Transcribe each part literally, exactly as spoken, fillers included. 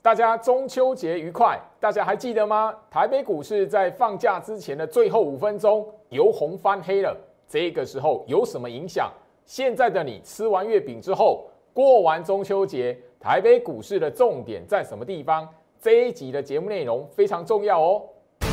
大家中秋节愉快！大家还记得吗？台北股市在放假之前的最后五分钟由红翻黑了，这个时候有什么影响？现在的你吃完月饼之后，过完中秋节，台北股市的重点在什么地方？这一集的节目内容非常重要哦。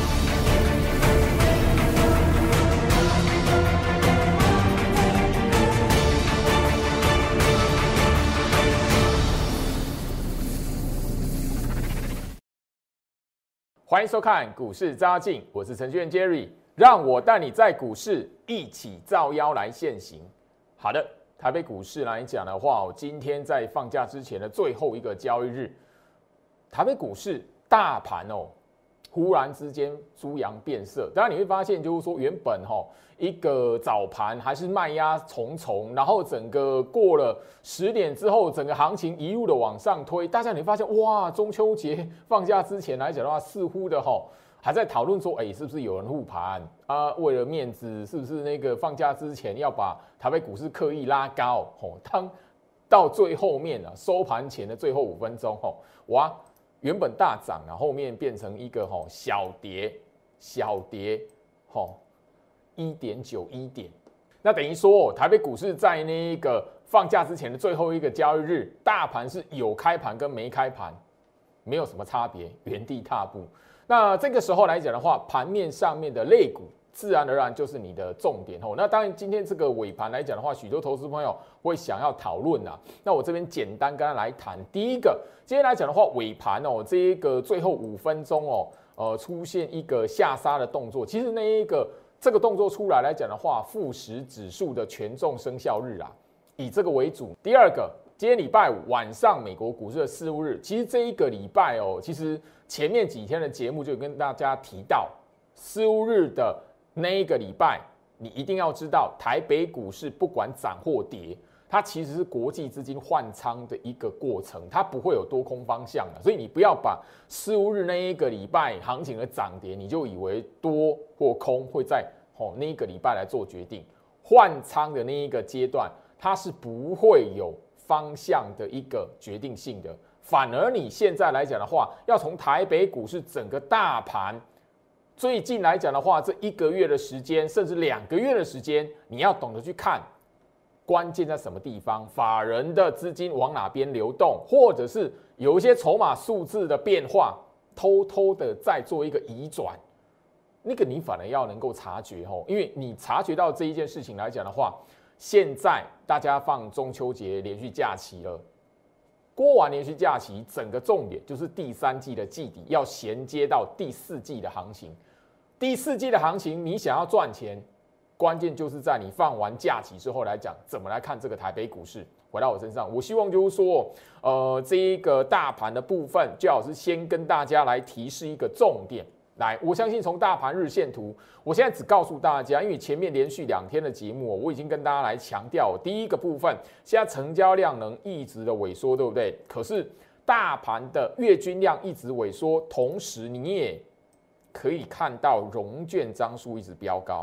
欢迎收看股市照妖镜，我是程序员 Jerry， 让我带你在股市一起照妖来现行。好的，台北股市来讲的话，我今天在放假之前的最后一个交易日，台北股市大盘哦，忽然之间猪羊变色。当然你会发现，就是说原本哈、哦、一个早盘还是卖压重重，然后整个过了十点之后，整个行情一路的往上推。大家你会发现，哇，中秋节放假之前来讲的话，似乎的哈、哦、还在讨论说，哎，是不是有人护盘啊？为了面子，是不是那个放假之前要把台北股市刻意拉高？哦，当到最后面啊，收盘前的最后五分钟，哦，哇！原本大涨啊，后面变成一个吼小跌，小跌，吼一点九一点。那等于说，台北股市在那个放假之前的最后一个交易日，大盘是有开盘跟没开盘，没有什么差别，原地踏步。那这个时候来讲的话，盘面上面的类股，自然而然就是你的重点哦。那当然，今天这个尾盘来讲的话，许多投资朋友会想要讨论啊。那我这边简单跟他来谈。第一个，今天来讲的话，尾盘哦，这一个最后五分钟哦，呃，出现一个下杀的动作。其实那一个这个动作出来来讲的话，富时指数的权重生效日啊，以这个为主。第二个，今天礼拜五晚上美国股市的事务日，其实这一个礼拜哦，其实前面几天的节目就跟大家提到事务日的。那一个礼拜，你一定要知道，台北股市不管涨或跌，它其实是国际资金换仓的一个过程，它不会有多空方向的。所以你不要把事务日那一个礼拜行情的涨跌，你就以为多或空会在哦那一个礼拜来做决定。换仓的那一个阶段，它是不会有方向的一个决定性的。反而你现在来讲的话，要从台北股市整个大盘。最近来讲的话，这一个月的时间，甚至两个月的时间，你要懂得去看关键在什么地方，法人的资金往哪边流动，或者是有一些筹码数字的变化，偷偷的再做一个移转，那个你反而要能够察觉哦，因为你察觉到这一件事情来讲的话，现在大家放中秋节连续假期了。过完连续假期，整个重点就是第三季的季底要衔接到第四季的行情。第四季的行情，你想要赚钱，关键就是在你放完假期之后来讲，怎么来看这个台北股市。回到我身上，我希望就是说，呃，这一个大盘的部分，最好是先跟大家来提示一个重点。来，我相信从大盘日线图，我现在只告诉大家，因为前面连续两天的节目，我已经跟大家来强调，第一个部分，现在成交量能一直的萎缩，对不对？可是大盘的月均量一直萎缩，同时你也可以看到融券张数一直飙高，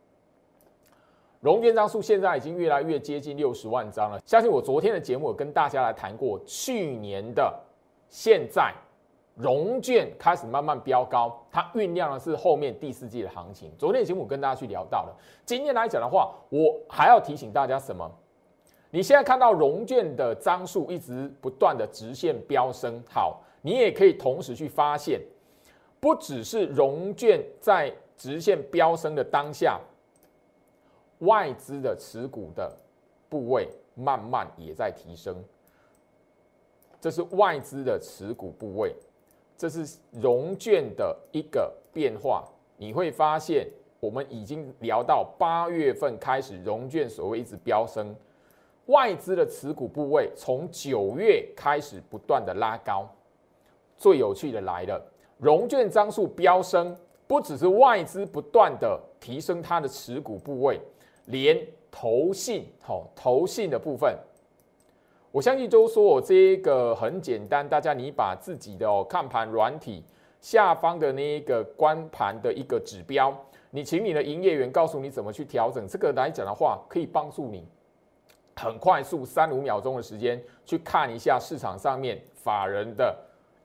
融券张数现在已经越来越接近六十万张了。相信我昨天的节目有跟大家来谈过，去年的现在。融券开始慢慢飙高，它酝酿的是后面第四季的行情。昨天的节目我跟大家去聊到了，今天来讲的话，我还要提醒大家什么？你现在看到融券的张数一直不断的直线飙升，好，你也可以同时去发现，不只是融券在直线飙升的当下，外资的持股的部位慢慢也在提升，这是外资的持股部位。这是融券的一个变化，你会发现我们已经聊到八月份开始，融券所谓一直飙升，外资的持股部位从九月开始不断的拉高。最有趣的来了，融券张数飙升，不只是外资不断的提升它的持股部位，连投信，好，投信的部分。我相信就是说，我这个很简单，大家你把自己的哦看盘软体下方的那个观盘的一个指标，你请你的营业员告诉你怎么去调整，这个来讲的话，可以帮助你很快速三五秒钟的时间去看一下市场上面法人的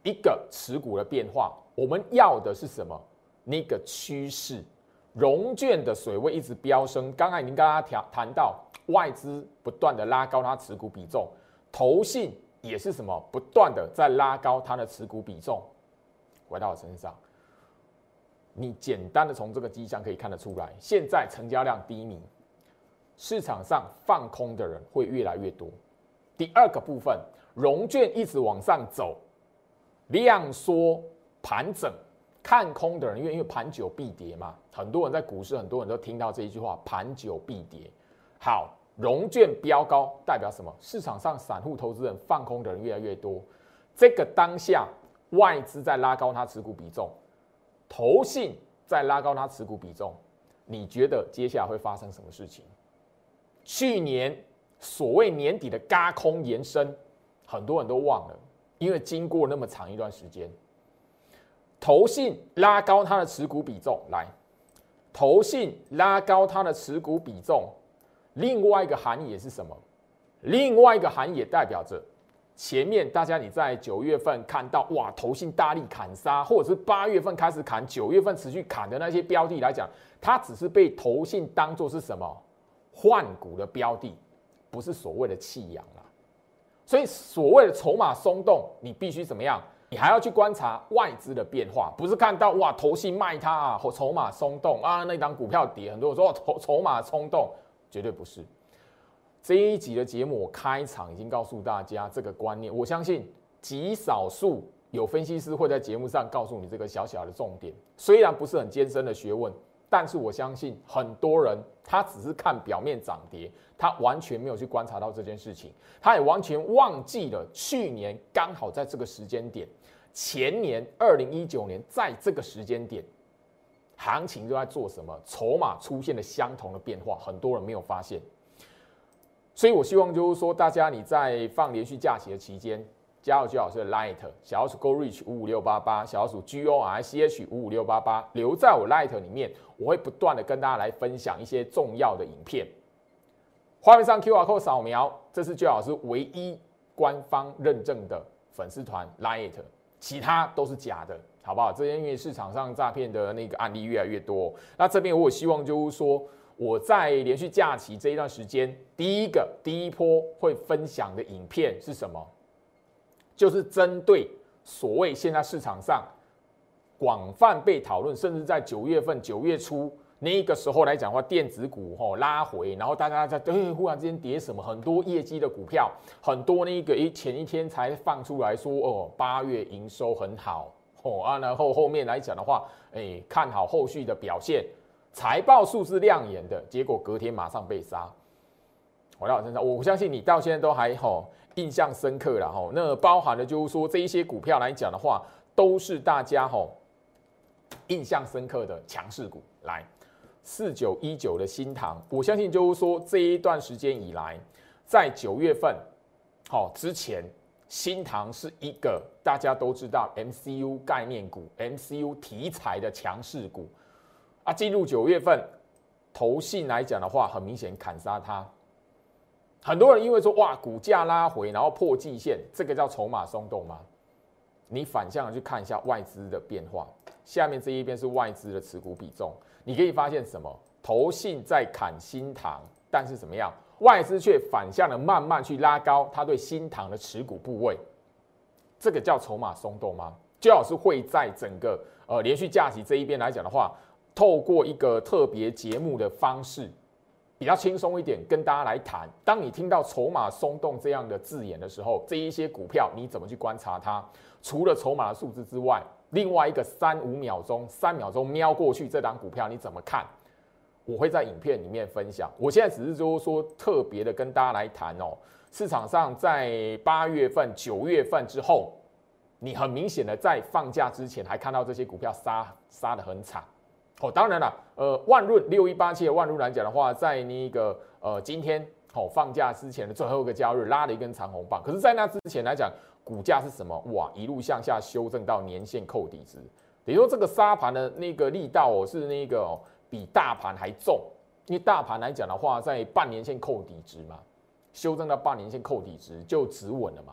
一个持股的变化，我们要的是什么？那个趋势，融券的水位一直飙升。刚才已经跟大家谈到，外资不断的拉高它持股比重，投信也是什么不断的在拉高它的持股比重。回到我身上，你简单的从这个迹象可以看得出来，现在成交量低迷，市场上放空的人会越来越多。第二个部分，融券一直往上走，量缩盘整，看空的人，因为因为盘久必跌嘛，很多人在股市，很多人都听到这一句话，盘久必跌。好，融券飙高代表什么？市场上散户投资人放空的人越来越多，这个当下外资在拉高它持股比重，投信在拉高它持股比重，你觉得接下来会发生什么事情？去年所谓年底的軋空延伸，很多人都忘了，因为经过那么长一段时间，投信拉高它的持股比重，来，投信拉高它的持股比重，另外一个含义也是什么？另外一个含义也代表着前面大家你在九月份看到哇，投信大力砍杀，或者是八月份开始砍，九月份持续砍的那些标的来讲，它只是被投信当作是什么换股的标的，不是所谓的弃养啦。所以所谓的筹码松动，你必须怎么样？你还要去观察外资的变化，不是看到哇投信卖它啊，筹码松动啊，那档股票跌，很多人说筹筹码松动，绝对不是。这一集的节目我开场已经告诉大家这个观念，我相信极少数有分析师会在节目上告诉你这个小小的重点，虽然不是很艰深的学问，但是我相信很多人他只是看表面涨跌，他完全没有去观察到这件事情，他也完全忘记了去年刚好在这个时间点，前年二零一九年在这个时间点，行情都在做什么，筹码出现了相同的变化，很多人没有发现。所以我希望就是说，大家你在放连续假期的期间，加入居老师的 Light 小老鼠 Go Reach 五五六八八，小老鼠 G O R C H 五五六八八，留在我 Light 里面，我会不断的跟大家来分享一些重要的影片。画面上 Q R code 扫描，这是居老师唯一官方认证的粉丝团 Light， 其他都是假的，好不好？这些因为市场上诈骗的那个案例越来越多，那这边我希望就是说，我在连续假期这一段时间，第一个第一波会分享的影片是什么？就是针对所谓现在市场上广泛被讨论，甚至在九月份、九月初那个时候来讲的话，电子股吼拉回，然后大家在哎忽然之间跌什么，很多业绩的股票，很多那个诶前一天才放出来说哦，八月营收很好哦啊，然后后面来讲的话，哎看好后续的表现。财报数字亮眼的结果，隔天马上被杀。回到我身上，我相信你到现在都还吼印象深刻啦吼。那包含了就是说这一些股票来讲的话，都是大家吼印象深刻的强势股。来，四九一九的新唐，我相信就是说这一段时间以来，在九月份好之前，新唐是一个大家都知道 M C U 概念股、M C U 题材的强势股。啊，进入九月份，投信来讲的话，很明显砍杀它。很多人因为说哇，股价拉回，然后破季线，这个叫筹码松动吗？你反向的去看一下外资的变化，下面这一边是外资的持股比重，你可以发现什么？投信在砍新唐，但是怎么样？外资却反向的慢慢去拉高它对新唐的持股部位，这个叫筹码松动吗？最好是会在整个呃连续假期这一边来讲的话。透过一个特别节目的方式，比较轻松一点，跟大家来谈。当你听到筹码松动这样的字眼的时候，这一些股票你怎么去观察它？除了筹码的数字之外，另外一个三五秒钟、三秒钟瞄过去，这档股票你怎么看？我会在影片里面分享。我现在只是就是说特别的跟大家来谈哦，市场上在八月份、九月份之后，你很明显的在放假之前还看到这些股票杀杀得很惨。哦，当然了，呃，万润六一八七的万润来讲的话，在那个呃今天哦放假之前的最后一个交易日拉了一根长红棒，可是，在那之前来讲，股价是什么？哇，一路向下修正到年线扣底值，等于说这个杀盘的那个力道哦，是那个、哦、比大盘还重，因为大盘来讲的话，在半年线扣底值嘛，修正到半年线扣底值就止稳了嘛。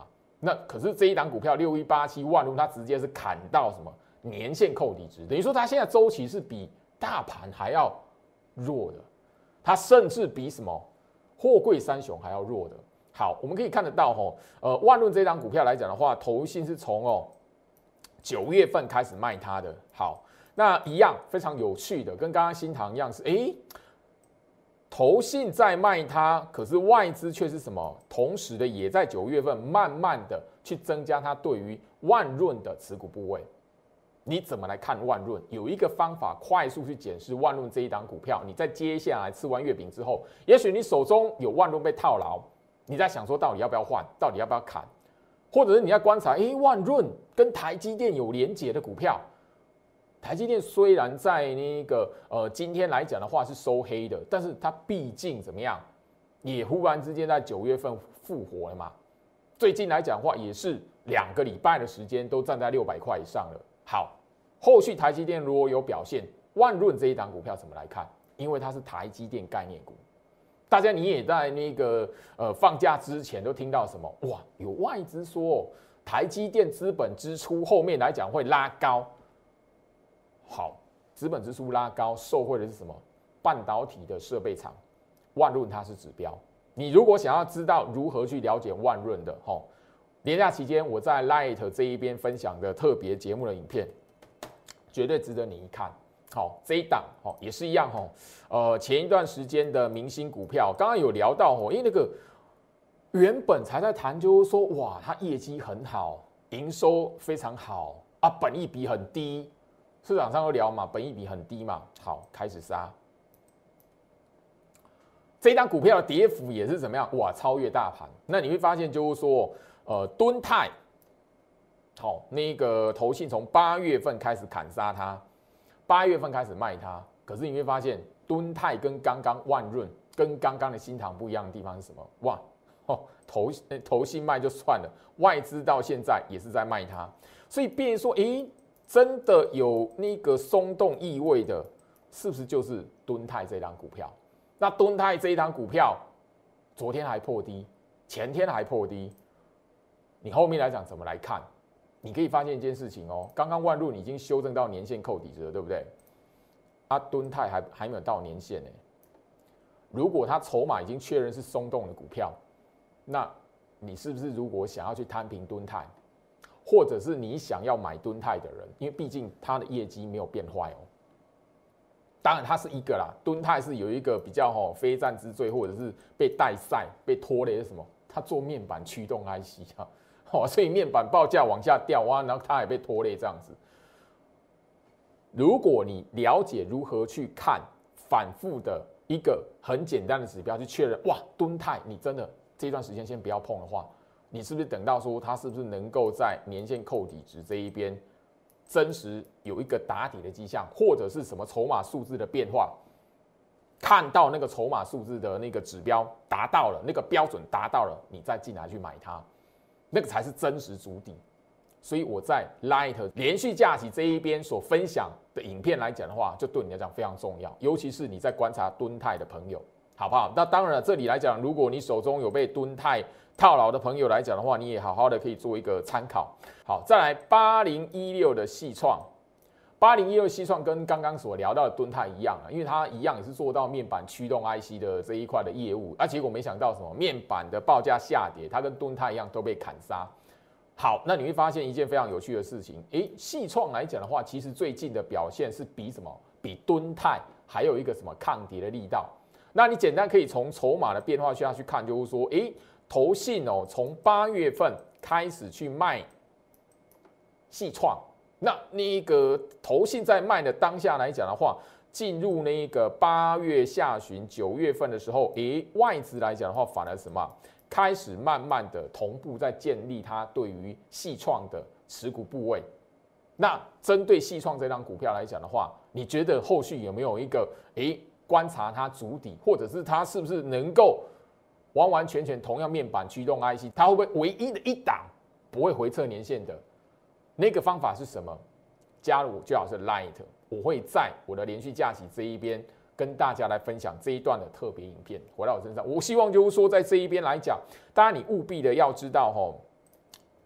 那可是这一档股票六一八七万润，它直接是砍到什么年线扣底值，等于说它现在周期是比大盘还要弱的，它甚至比什么货柜三雄还要弱的。好，我们可以看得到吼，呃，万润这一档股票来讲的话，投信是从哦九月份开始卖它的。好，那一样非常有趣的，跟刚刚新唐一样是，哎，投信在卖它，可是外资却是什么？同时的也在九月份慢慢的去增加它对于万润的持股部位。你怎么来看万润？有一个方法快速去检视万润这一档股票。你在接下来吃完月饼之后，也许你手中有万润被套牢，你在想说到底要不要换，到底要不要砍，或者是你要观察，哎，万润跟台积电有连结的股票。台积电虽然在那个呃今天来讲的话是收黑的，但是它毕竟怎么样，也忽然之间在九月份复活了嘛。最近来讲的话，也是两个礼拜的时间都站在六百块以上了。好，后续台积电如果有表现，万润这一档股票怎么来看？因为它是台积电概念股，大家你也在那个呃放假之前都听到什么？哇，有外资说、哦、台积电资本支出后面来讲会拉高。好，资本支出拉高，受惠的是什么？半导体的设备厂，万润它是指标。你如果想要知道如何去了解万润的，吼，连假期间我在 Light 这一边分享的特别节目的影片，绝对值得你一看。好，这一档哦也是一样哦，呃，前一段时间的明星股票，刚刚有聊到哦，因为那个原本才在谈，就是说哇，它业绩很好，营收非常好啊，本益比很低。市场上都聊嘛，本益比很低嘛，好，开始杀。这一档股票的跌幅也是怎么样？哇，超越大盘。那你会发现，就是说，呃，敦泰，好、哦，那个投信从八月份开始砍杀它，八月份开始卖它。可是你会发现，敦泰跟刚刚万润、跟刚刚的新唐不一样的地方是什么？哇，哦，投投信卖就算了，外资到现在也是在卖它，所以变成说，诶。真的有那个松动意味的，是不是就是敦泰这档股票？那敦泰这一档股票，昨天还破低，前天还破低，你后面来讲怎么来看？你可以发现一件事情哦，刚刚万润已经修正到年线扣底值了，对不对？啊，敦泰还还没有到年线呢。如果它筹码已经确认是松动的股票，那你是不是如果想要去摊平敦泰？或者是你想要买敦泰的人，因为毕竟它的业绩没有变坏哦。当然，它是一个啦，敦泰是有一个比较吼非战之罪，或者是被带赛、被拖累的什么？它做面板驱动 I C 啊，哦，所以面板报价往下掉啊，然后它也被拖累这样子。如果你了解如何去看反复的一个很简单的指标去确认，哇，敦泰你真的这段时间先不要碰的话。你是不是等到说它是不是能够在年线扣底值这一边真实有一个打底的迹象，或者是什么筹码数字的变化，看到那个筹码数字的那个指标达到了，那个标准达到了，你再进来去买它，那个才是真实主底。所以我在 Light 连续假期这一边所分享的影片来讲的话，就对你来讲非常重要，尤其是你在观察敦泰的朋友，好不好？那当然了，这里来讲，如果你手中有被敦泰套牢的朋友来讲的话，你也好好的可以做一个参考。好，再来八零一六的细创，八零一六细创跟刚刚所聊到的敦泰一样啊，因为它一样也是做到面板驱动 I C 的这一块的业务，啊，结果没想到什么面板的报价下跌，它跟敦泰一样都被砍杀。好，那你会发现一件非常有趣的事情，诶，细创来讲的话，其实最近的表现是比什么？比敦泰还有一个什么抗跌的力道。那你简单可以从筹码的变化下去看，就是说，诶。投信哦，从八月份开始去卖细创，那那个投信在卖的当下来讲的话，进入那个八月下旬、九月份的时候，诶，外资来讲的话，反而什么开始慢慢的同步在建立它对于细创的持股部位。那针对细创这张股票来讲的话，你觉得后续有没有一个诶观察它主底，或者是它是不是能够？完完全全同样面板驱动 I C， 它会不会唯一的一档不会回测年线的那个方法是什么？加入最好是 Light， 我会在我的连续假期这一边跟大家来分享这一段的特别影片。回到我身上，我希望就是说在这一边来讲，当然你务必的要知道吼，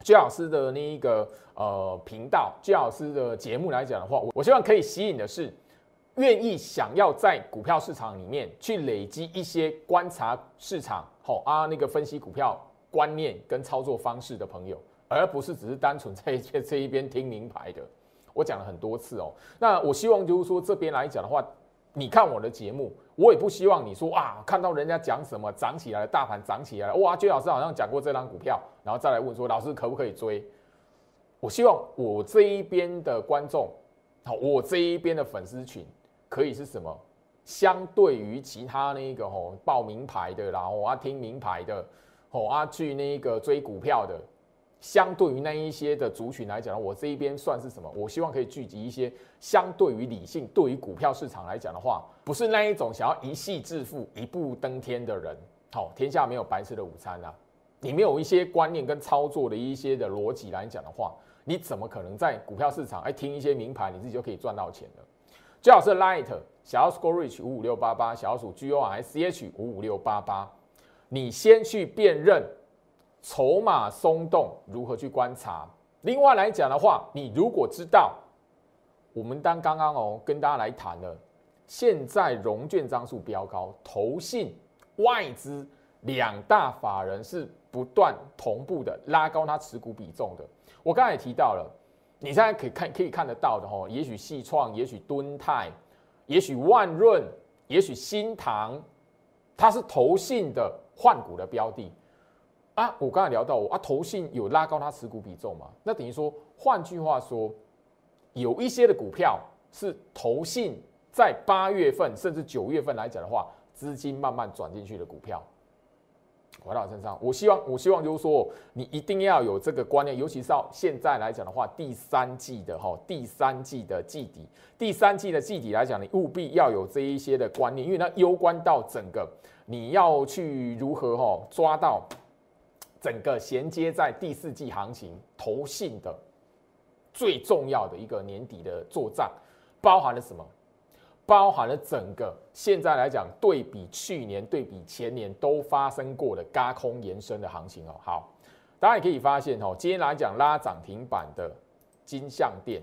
J老师的那一个呃频道，J老师的节目来讲的话，我我希望可以吸引的是愿意想要在股票市场里面去累积一些观察市场，好、啊那个分析股票观念跟操作方式的朋友，而不是只是单纯在这一边听名牌的。我讲了很多次哦，那我希望就是说这边来讲的话，你看我的节目，我也不希望你说啊，看到人家讲什么涨起来了，大盘涨起来了，哇，J老师好像讲过这张股票，然后再来问说老师可不可以追？我希望我这一边的观众，好，我这一边的粉丝群可以是什么？相对于其他那个吼报名牌的，然后啊听名牌的，吼啊去那个追股票的。相对于那一些的族群来讲，我这一边算是什么？我希望可以聚集一些相对于理性，对于股票市场来讲的话，不是那一种想要一夕致富、一步登天的人。好，天下没有白吃的午餐啊！你没有一些观念跟操作的一些的逻辑来讲的话，你怎么可能在股票市场哎听一些名牌，你自己就可以赚到钱呢？最好是 Light 小老鼠 Go Reach 五五六八八，小老鼠 G O R S C H 五五六八八，你先去辨认。筹码松动如何去观察？另外来讲的话，你如果知道，我们当刚刚哦跟大家来谈了，现在融券张数飙高，投信、外资两大法人是不断同步的拉高它持股比重的。我刚才也提到了，你现在可以看可以看得到的哦，也许细创，也许敦泰，也许万润，也许新唐，它是投信的换股的标的。啊，我刚才聊到我啊，投信有拉高它持股比重嘛？那等于说，换句话说，有一些的股票是投信在八月份甚至九月份来讲的话，资金慢慢转进去的股票。回到我身上，我希望，我希望就是说，你一定要有这个观念，尤其是到现在来讲的话，第三季的哈，第三季的季底，第三季的季底来讲，你务必要有这一些的观念，因为它攸关到整个你要去如何哈抓到。整个衔接在第四季行情投信的最重要的一个年底的作战，包含了什么？包含了整个现在来讲，对比去年、对比前年都发生过的軋空延伸的行情哦。好，大家也可以发现哦，今天来讲拉涨停板的金像电，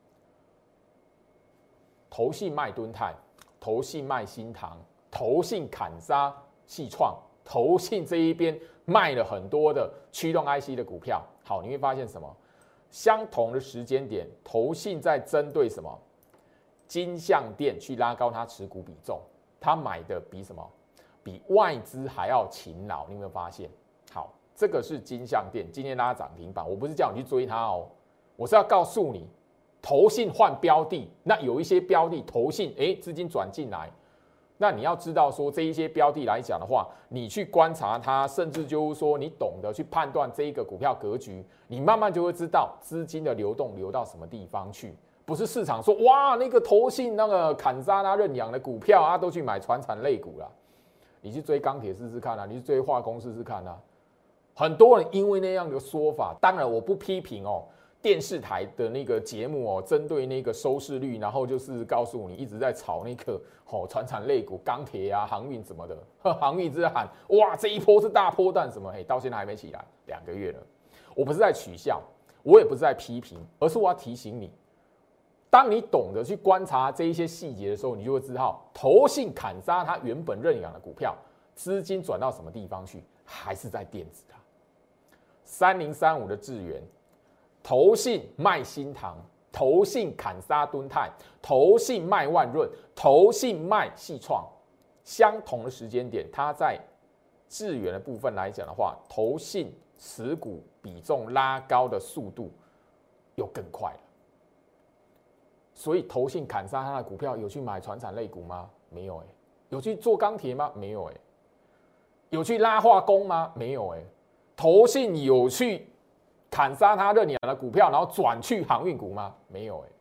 投信卖敦泰，投信卖新唐，投信砍杀细创。投信这一边卖了很多的驱动 I C 的股票，好，你会发现什么？相同的时间点，投信在针对什么？金像电去拉高它持股比重，它买的比什么？比外资还要勤劳，你有没有发现？好，这个是金像电今天拉涨停板，我不是叫你去追它哦，我是要告诉你，投信换标的，那有一些标的投信哎资金转进来。那你要知道说这一些标的来讲的话，你去观察它，甚至就是说你懂得去判断这一个股票格局，你慢慢就会知道资金的流动流到什么地方去。不是市场说哇那个投信那个砍杀他认养的股票啊，都去买传产类股啦。你去追钢铁试试看啊，你去追化工试试看啊。很多人因为那样的说法，当然我不批评哦。电视台的那个节目哦，针对那个收视率，然后就是告诉你一直在炒那个哦，传产类股、钢铁啊、航运什么的，航运一直在喊哇，这一波是大波段什么？嘿，到现在还没起来，两个月了。我不是在取笑，我也不是在批评，而是我要提醒你，当你懂得去观察这一些细节的时候，你就会知道，投信砍杀它原本认养的股票，资金转到什么地方去，还是在电子它。三零三五的智原。投信卖新唐，投信砍杀敦泰，投信卖万润，投信卖细创，相同的时间点，它在智原的部分来讲的话，投信持股比重拉高的速度又更快了。所以投信砍杀它的股票，有去买传产类股吗？没有哎、欸。有去做钢铁吗？没有哎、欸。有去拉化工吗？没有哎、欸。投信有去砍杀他认养的股票，然后转去航运股吗？没有哎、欸。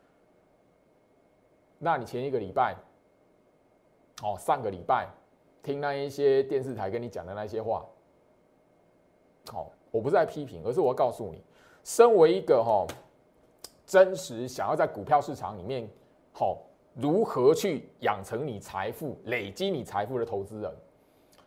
那你前一个礼拜，哦，上个礼拜听那一些电视台跟你讲的那些话，哦，我不是在批评，而是我要告诉你，身为一个哦真实想要在股票市场里面，哦，如何去养成你财富、累积你财富的投资人，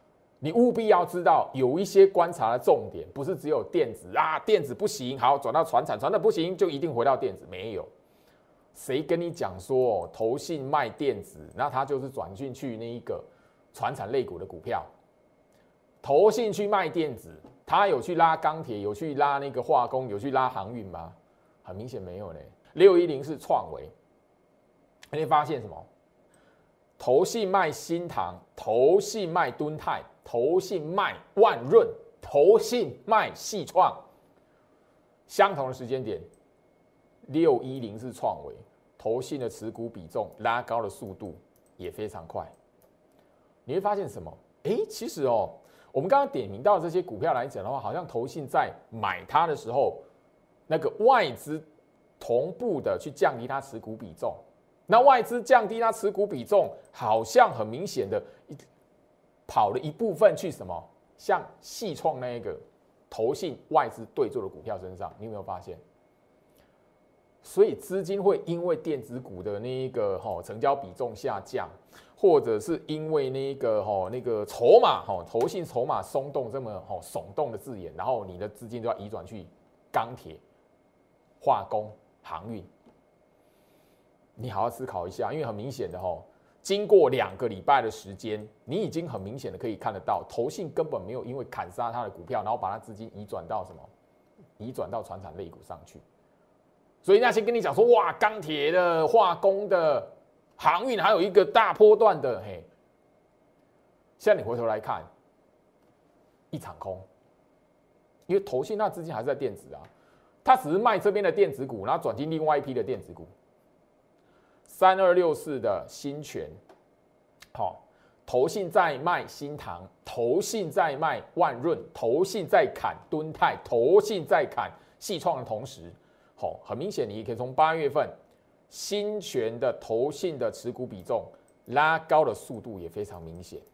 你务必要知道有一些观察的重点，不是只有电子啊，电子不行，好转到传产，传产不行就一定回到电子，没有。谁跟你讲说投信卖电子，那他就是转进去那一个传产类股的股票？投信去卖电子，他有去拉钢铁，有去拉那个化工，有去拉航运吗？很明显没有呢。六一零是创维，你发现什么？投信卖新唐，投信卖敦泰，投信卖万润，投信卖细创，相同的时间点，六一零是创维，投信的持股比重拉高的速度也非常快。你会发现什么？哎，其实哦，我们刚刚点名到这些股票来讲的话，好像投信在买它的时候，那个外资同步的去降低它持股比重。那外资降低它持股比重，好像很明显的跑了一部分去什么，像细创那一个投信外资对做的股票身上，你有没有发现？所以资金会因为电子股的那一个哈成交比重下降，或者是因为那个哈那个筹码哈投信筹码松动这么哈耸动的字眼，然后你的资金就要移转去钢铁、化工、航运。你好好思考一下，因为很明显的哈，经过两个礼拜的时间，你已经很明显的可以看得到，投信根本没有因为砍杀它的股票，然后把它资金移转到什么，移转到传产类股上去。所以那些跟你讲说，哇，钢铁的、化工的、航运，还有一个大波段的，嘿，现在你回头来看，一场空，因为投信那资金还是在电子啊，它只是卖这边的电子股，然后转进另外一批的电子股。三二六四的新权，好，投信在卖新唐，投信在卖万润，投信在砍敦泰，投信在砍细创的同时，好，很明显，你也可以从八月份新权的投信的持股比重拉高的速度也非常明显，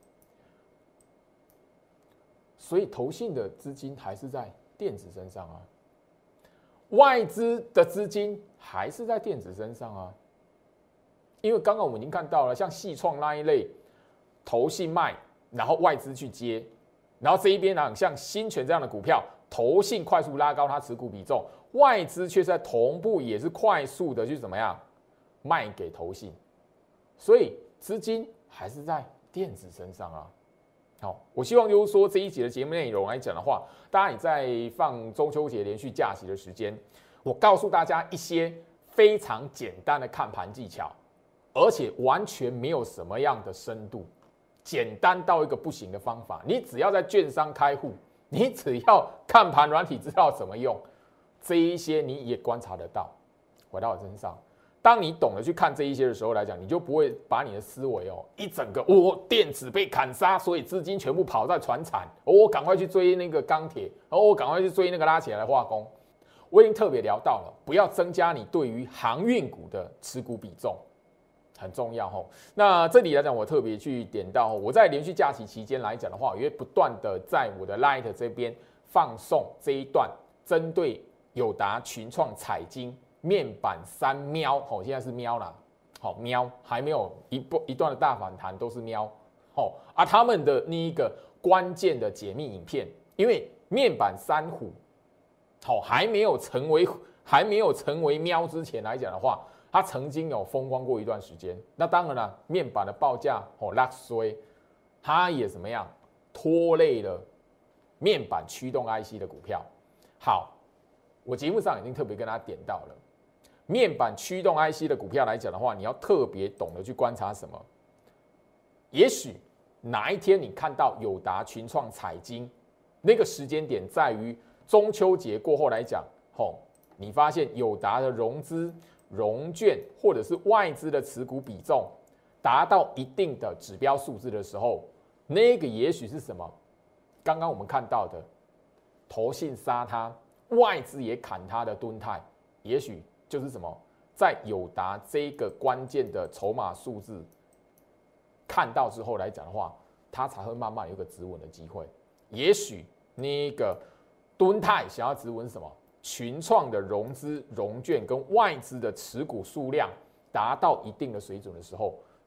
所以投信的资金还是在电子身上啊，外资的资金还是在电子身上啊。因为刚刚我们已经看到了，像细创那一类，投信卖，然后外资去接，然后这一边呢，像新权这样的股票，投信快速拉高它持股比重，外资却在同步也是快速的去怎么样卖给投信，所以资金还是在电子身上啊。好，我希望就是说这一集的节目内容来讲的话，大家也在放中秋节连续假期的时间，我告诉大家一些非常简单的看盘技巧。而且完全没有什么样的深度，简单到一个不行的方法。你只要在券商开户，你只要看盘软体知道怎么用，这一些你也观察得到。回到我身上，当你懂得去看这一些的时候来讲，你就不会把你的思维哦一整个哦电子被砍杀，所以资金全部跑在传产，哦我赶快去追那个钢铁，哦我赶快去追那个拉起来的化工。我已经特别聊到了，不要增加你对于航运股的持股比重。很重要吼，那这里来讲，我特别去点到，我在连续假期期间来讲的话，我会不断的在我的 Light 这边放送这一段针对友达、群创、彩晶面板三喵，吼，现在是喵啦，好喵，还没有一波一段的大反弹都是喵，吼啊，他们的那一个关键的解密影片，因为面板三虎，好还没有成为还没有成为喵之前来讲的话。它曾经有风光过一段时间，那当然了，面板的报价哦拉衰，它也怎么样拖累了面板驱动 I C 的股票。好，我节目上已经特别跟大家点到了，面板驱动 I C 的股票来讲的话，你要特别懂得去观察什么。也许哪一天你看到友达、群创、彩晶，那个时间点在于中秋节过后来讲，吼，你发现友达的融资。融券或者是外资的持股比重达到一定的指标数字的时候，那个也许是什么？刚刚我们看到的，投信杀它，外资也砍它的敦泰，也许就是什么？在友达这个关键的筹码数字看到之后来讲的话，它才会慢慢有个止稳的机会。也许那个敦泰想要止稳什么？群创的融资、融券跟外资的持股数量达到一定的水准的时候，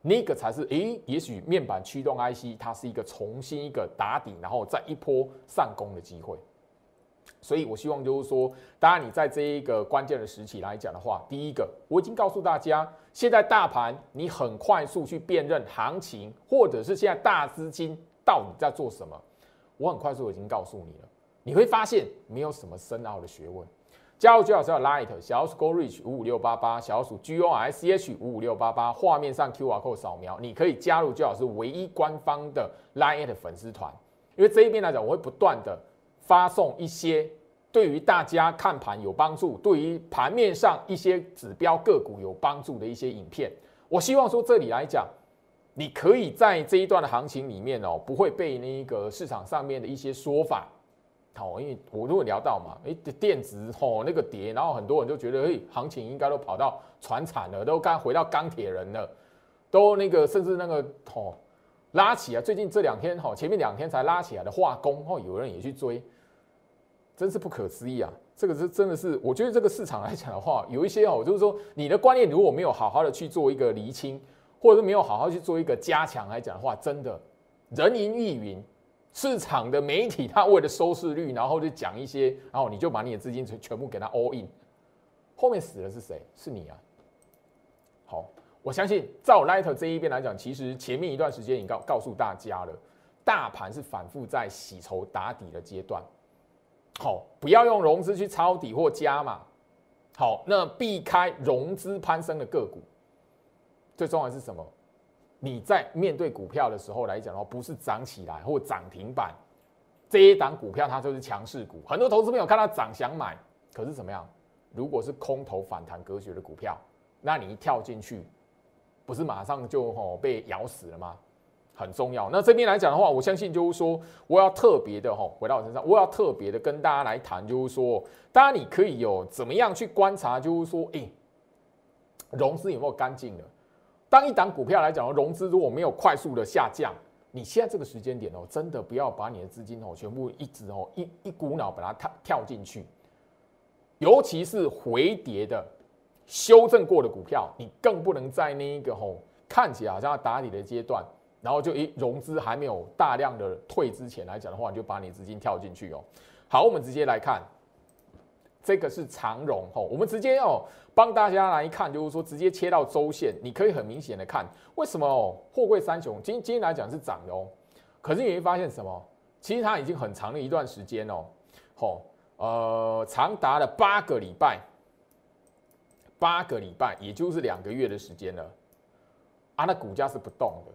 那个才是诶，也许面板驱动 I C 它是一个重新一个打底，然后再一波上攻的机会。所以我希望就是说，当然你在这一个关键的时期来讲的话，第一个我已经告诉大家，现在大盘你很快速去辨认行情，或者是现在大资金到底在做什么，我很快速已经告诉你了，你会发现没有什么深奥的学问。加入最好是要 Light 小鼠 Go Reach 五五六八八小鼠 G O R C H 五五六八八，画面上 Q R code 扫描，你可以加入最好是唯一官方的 Light 粉丝团，因为这一边来讲，我会不断的发送一些对于大家看盘有帮助，对于盘面上一些指标个股有帮助的一些影片。我希望说这里来讲，你可以在这一段的行情里面哦，不会被那个市场上面的一些说法。好，因为我如果聊到嘛，哎，电子吼那个跌，然后很多人就觉得，哎，行情应该都跑到传产了，都刚回到钢铁人了，都那个甚至那个吼拉起来，最近这两天吼前面两天才拉起来的化工，吼有人也去追，真是不可思议啊！这个是真的是，我觉得这个市场来讲的话，有一些哦，就是说你的观念如果没有好好的去做一个厘清，或者是没有好好去做一个加强来讲的话，真的人云亦云。市场的媒体，他为了收视率，然后就讲一些，然后你就把你的资金全部给他 all in， 后面死的是谁？是你啊！好，我相信照 Light 这一边来讲，其实前面一段时间已经告告诉大家了，大盘是反复在洗筹打底的阶段。好，不要用融资去抄底或加码。好，那避开融资攀升的个股。最重要的是什么？你在面对股票的时候来讲的话，不是涨起来或涨停板，这一档股票它就是强势股。很多投资朋友看到涨想买，可是怎么样？如果是空头反弹格局的股票，那你一跳进去，不是马上就吼被咬死了吗？很重要。那这边来讲的话，我相信就是说，我要特别的吼回到我身上，我要特别的跟大家来谈，就是说，当然你可以有怎么样去观察，就是说，哎、欸，融资有没有干净了？当一档股票来讲，融资如果没有快速的下降，你现在这个时间点哦，真的不要把你的资金哦全部一直哦一一股脑把它跳跳进去，尤其是回跌的、修正过的股票，你更不能在那一个吼看起来好像要打底的阶段，然后就一融资还没有大量的退之前来讲的话，你就把你的资金跳进去哦。好，我们直接来看。这个是长荣吼，我们直接哦帮大家来看，就是说直接切到周线，你可以很明显的看为什么哦，货柜三雄今今天来讲是涨的哦，可是你会发现什么？其实它已经很长的一段时间哦，吼呃长达了八个礼拜，八个礼拜也就是两个月的时间了，啊，那股价是不动的，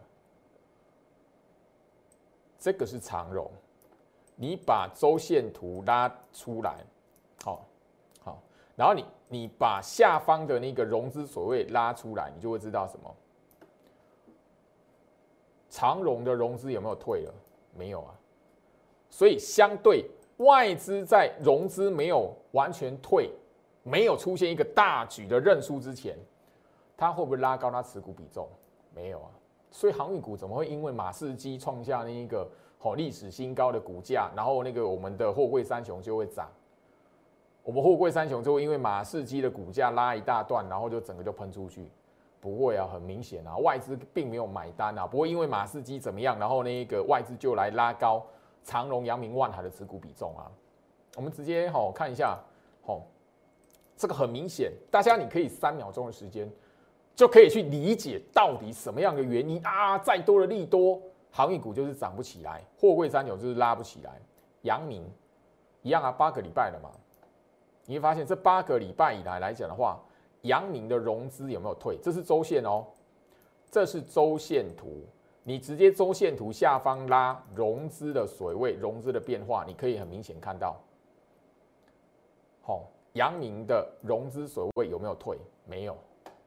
这个是长荣，你把周线图拉出来，好。然后你你把下方的那个融资所谓拉出来，你就会知道什么？长荣的融资有没有退了？没有啊。所以相对外资在融资没有完全退，没有出现一个大举的认输之前，它会不会拉高它持股比重？没有啊。所以航运股怎么会因为马士基创下那一个好历史新高的股价，然后那个我们的货柜三雄就会涨？我们货柜三雄就会因为马士基的股价拉一大段，然后就整个就喷出去，不会啊，很明显啊，外资并没有买单啊，不会因为马士基怎么样，然后那个外资就来拉高长荣、阳明、万海的持股比重啊。我们直接吼看一下，吼，这个很明显，大家你可以三秒钟的时间就可以去理解到底什么样的原因啊，再多的利多，航运股就是涨不起来，货柜三雄就是拉不起来，阳明一样啊，八个礼拜了嘛。你会发现这八个礼拜以来来讲的话，阳明的融资有没有退？这是周线哦，这是周线图。你直接周线图下方拉融资的水位、融资的变化，你可以很明显看到。好，阳明的融资水位有没有退？没有。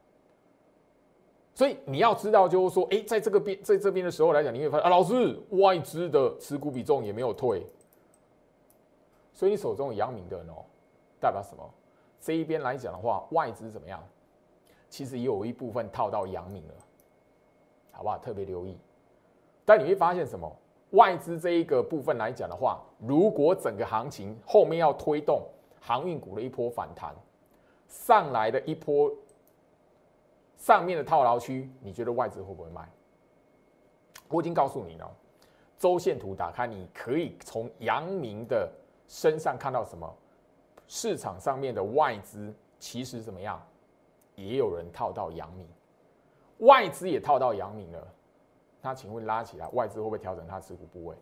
所以你要知道，就是说，哎，在这个边在这边的时候来讲，你会发现啊，老师外资的持股比重也没有退，所以你手中有阳明的人哦。代表什么？这一边来讲的话，外资怎么样？其实也有一部分套到阳明了，好不好？特别留意。但你会发现什么？外资这一个部分来讲的话，如果整个行情后面要推动航运股的一波反弹，上来的一波上面的套牢区，你觉得外资会不会卖？我已经告诉你了，周线图打开，你可以从阳明的身上看到什么？市场上面的外资其实怎么样？也有人套到阳明，外资也套到阳明了。那请问拉起来，外资会不会调整它的持股部位？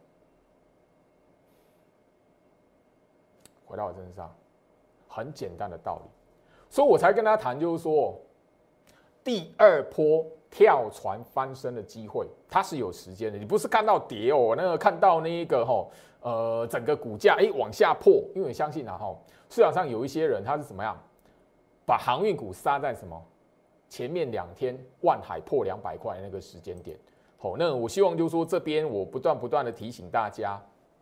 回到我身上，很简单的道理，所以我才跟他谈，就是说，第二波跳船翻身的机会，它是有时间的。你不是看到跌哦，那个看到那一个吼，呃，整个股价哎往下破，因为我相信啊吼，市场上有一些人他是怎么样，把航运股杀在什么前面两天万海破两百块那个时间点。好，那我希望就是说这边我不断不断的提醒大家，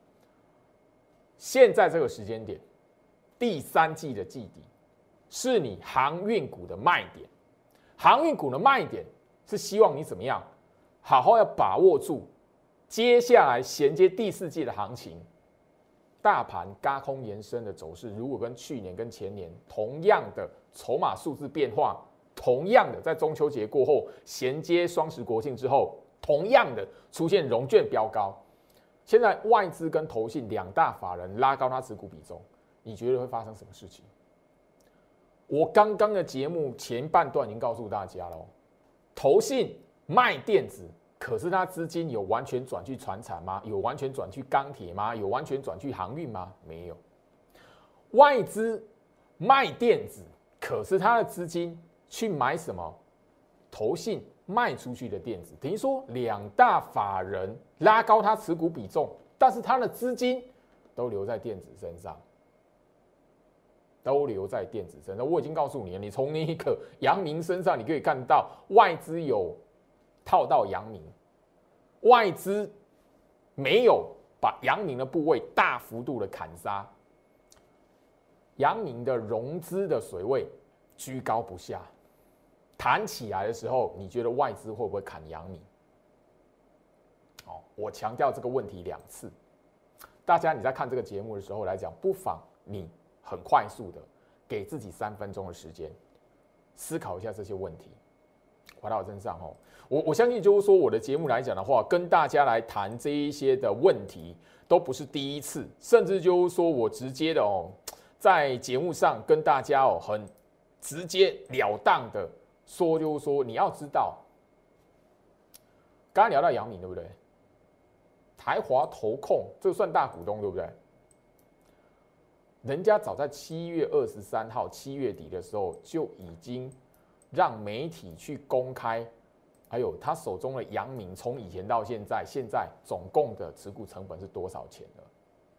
现在这个时间点，第三季的季底是你航运股的卖点。航运股的卖点是希望你怎么样，好好要把握住接下来衔接第四季的行情。大盘轧空延伸的走势，如果跟去年跟前年同样的筹码数字变化，同样的在中秋节过后衔接双十国庆之后，同样的出现融券飙高。现在外资跟投信两大法人拉高它持股比重，你觉得会发生什么事情？我刚刚的节目前半段已经告诉大家了，投信卖电子，可是它资金有完全转去传产吗？有完全转去钢铁吗？有完全转去航运吗？没有。外资卖电子，可是它的资金去买什么？投信卖出去的电子，等于说两大法人拉高它持股比重，但是它的资金都留在电子身上，都留在电子身上。我已经告诉你了，你从那个阳明身上，你可以看到外资有套到阳明，外资没有把阳明的部位大幅度的砍杀，阳明的融资的水位居高不下。弹起来的时候，你觉得外资会不会砍阳明？哦，我强调这个问题两次。大家你在看这个节目的时候来讲，不妨你很快速的给自己三分钟的时间，思考一下这些问题。回到我身上哦，我我相信就是说我的节目来讲的话，跟大家来谈这一些的问题都不是第一次，甚至就是说我直接的哦，在节目上跟大家哦很直截了当的。说就是说，你要知道，刚刚聊到阳明对不对？台华投控这个算大股东对不对？人家早在七月二十三号、七月底的时候就已经让媒体去公开，还有他手中的阳明从以前到现在，现在总共的持股成本是多少钱了？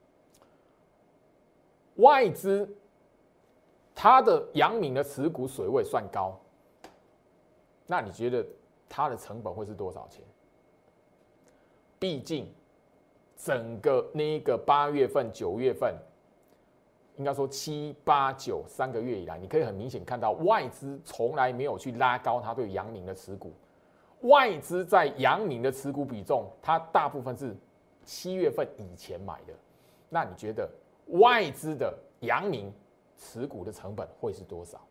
外资他的阳明的持股水位算高。那你觉得它的成本会是多少钱？毕竟整个那个八月份、九月份，应该说七八九三个月以来，你可以很明显看到外资从来没有去拉高它对阳明的持股。外资在阳明的持股比重，它大部分是七月份以前买的。那你觉得外资的阳明持股的成本会是多少？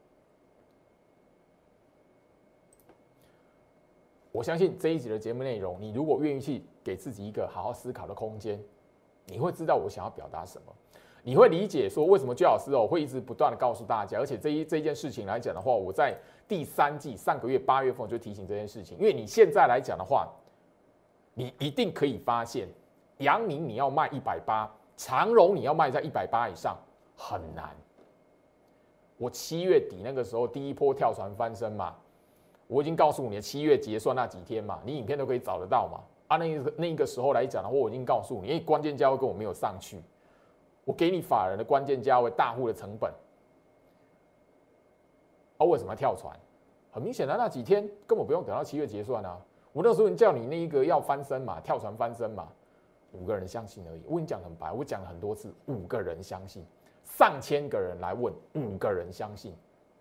我相信这一集的节目内容，你如果愿意去给自己一个好好思考的空间，你会知道我想要表达什么，你会理解说为什么居老师哦会一直不断的告诉大家，而且这一这一件事情来讲的话，我在第三季上个月八月份我就提醒这件事情，因为你现在来讲的话，你一定可以发现，阳明你要卖一百八，长荣你要卖在一百八以上很难。我七月底那个时候第一波跳船翻身嘛。我已经告诉你，七月结算那几天嘛，你影片都可以找得到嘛。啊，那个那个时候来讲的话，我已经告诉你，因为关键价位跟我没有上去，我给你法人的关键价位、大户的成本，啊，为什么要跳船？很明显的，那几天根本不用等到七月结算啊。我那时候叫你那一个要翻身嘛，跳船翻身嘛，五个人相信而已。我跟你讲很白，我讲了很多次，五个人相信，上千个人来问，五个人相信。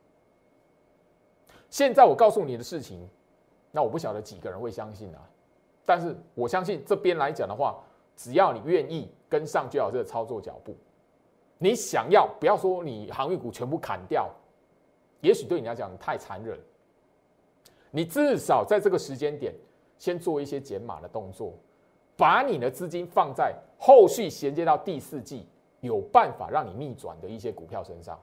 现在我告诉你的事情，那我不晓得几个人会相信啊。但是我相信这边来讲的话，只要你愿意跟上居老师的操作脚步，你想要不要说你航运股全部砍掉，也许对你来讲太残忍， 你至少在这个时间点先做一些减码的动作，把你的资金放在后续衔接到第四季有办法让你逆转的一些股票身上。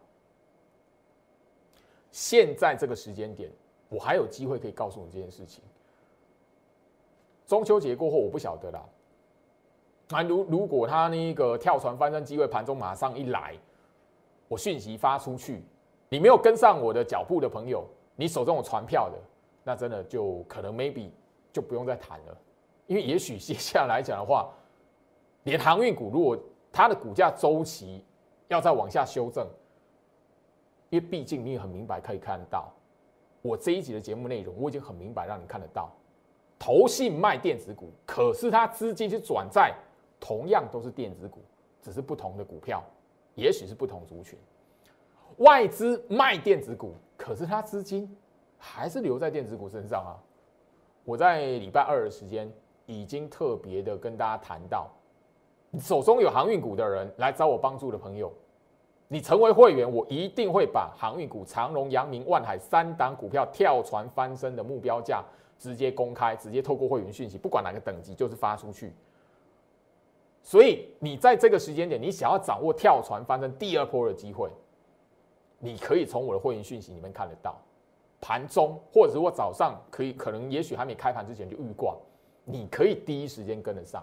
现在这个时间点，我还有机会可以告诉你这件事情。中秋节过后，我不晓得啦。啊，如如果他那个跳船翻身机会盘中马上一来，我讯息发出去，你没有跟上我的脚步的朋友，你手中有船票的，那真的就可能 maybe 就不用再谈了，因为也许接下来讲的话，连航运股如果它的股价周期要再往下修正，因为毕竟你也很明白可以看得到，我这一集的节目内容我已经很明白让你看得到，投信卖电子股，可是它资金是转在同样都是电子股，只是不同的股票，也许是不同族群。外资卖电子股，可是它资金还是留在电子股身上啊。我在礼拜二的时间已经特别的跟大家谈到，你手中有航运股的人来找我帮助的朋友，你成为会员，我一定会把航运股长荣、阳明、万海三档股票跳船翻身的目标价直接公开，直接透过会员讯息，不管哪个等级，就是发出去。所以你在这个时间点，你想要掌握跳船翻身第二波的机会，你可以从我的会员讯息里面看得到，盘中或者是我早上可以，可能也许还没开盘之前就预挂，你可以第一时间跟得上。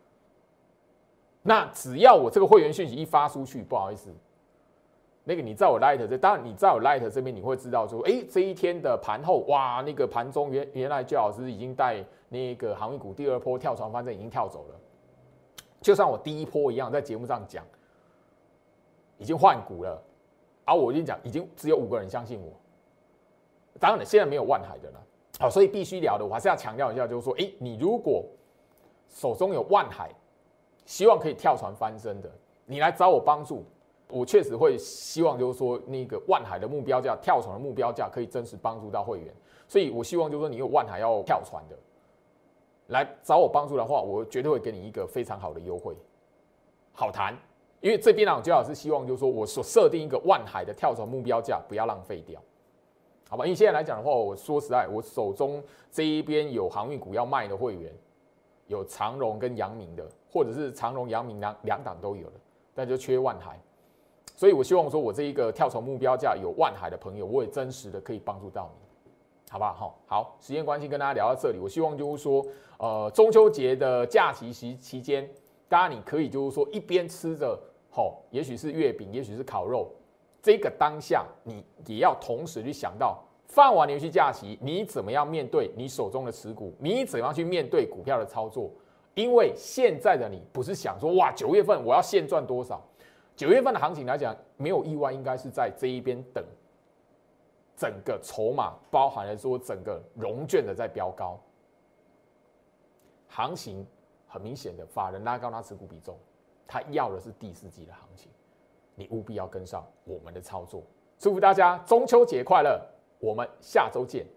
那只要我这个会员讯息一发出去，不好意思，那个你在我 Light 这，当然你在我 Light 这边你会知道说，哎，这一天的盘后，哇，那个盘中原原来焦老师已经带那个航运股第二波跳船翻身已经跳走了。就像我第一波一样，在节目上讲，已经换股了，而、啊、我已经讲，已经只有五个人相信我。当然了，现在没有万海的了，好，所以必须聊的，我还是要强调一下，就是说，哎，你如果手中有万海，希望可以跳船翻身的，你来找我帮助，我确实会希望，就是说，那个万海的目标价、跳船的目标价可以真实帮助到会员，所以我希望就是说，你有万海要跳船的。来找我帮助的话，我绝对会给你一个非常好的优惠，好谈。因为这边呢，我最好是希望就是说我所设定一个万海的跳船目标价不要浪费掉，好吧？因为现在来讲的话，我说实在，我手中这一边有航运股要卖的会员，有长荣跟阳明的，或者是长荣、阳明两两档都有了，但就缺万海，所以我希望说我这一个跳船目标价有万海的朋友，我也真实的可以帮助到你。好不好？好，时间关系跟大家聊到这里。我希望就是说，呃，中秋节的假期期期间，大家你可以就是说一边吃着，吼，也许是月饼，也许是烤肉，这个当下你也要同时去想到，放完连续假期，你怎么样面对你手中的持股，你怎么样去面对股票的操作？因为现在的你不是想说，哇，九月份我要现赚多少？九月份的行情来讲，没有意外，应该是在这一边等。整个筹码包含了说整个融券的在飙高，行情很明显的法人拉高他持股比重，他要的是第四季的行情，你务必要跟上我们的操作。祝福大家中秋节快乐，我们下周见。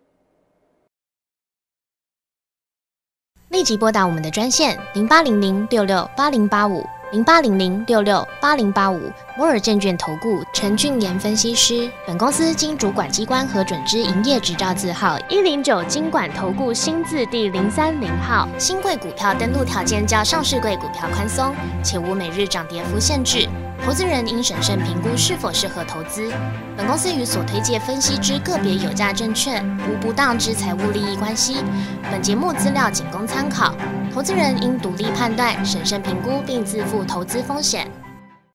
立即拨打我们的专线零八零零六六八零八五零八零零六六八零八五摩尔证券投顾陈俊言分析师。本公司经主管机关核准之营业执照字号一零九金管投顾新字第零三零号。新贵股票登录条件较上市贵股票宽松，且无每日涨跌幅限制。投资人应审慎评估是否适合投资。本公司与所推介分析之个别有价证券无不当之财务利益关系。本节目资料仅供参考，投资人应独立判断、审慎评估并自负投资风险。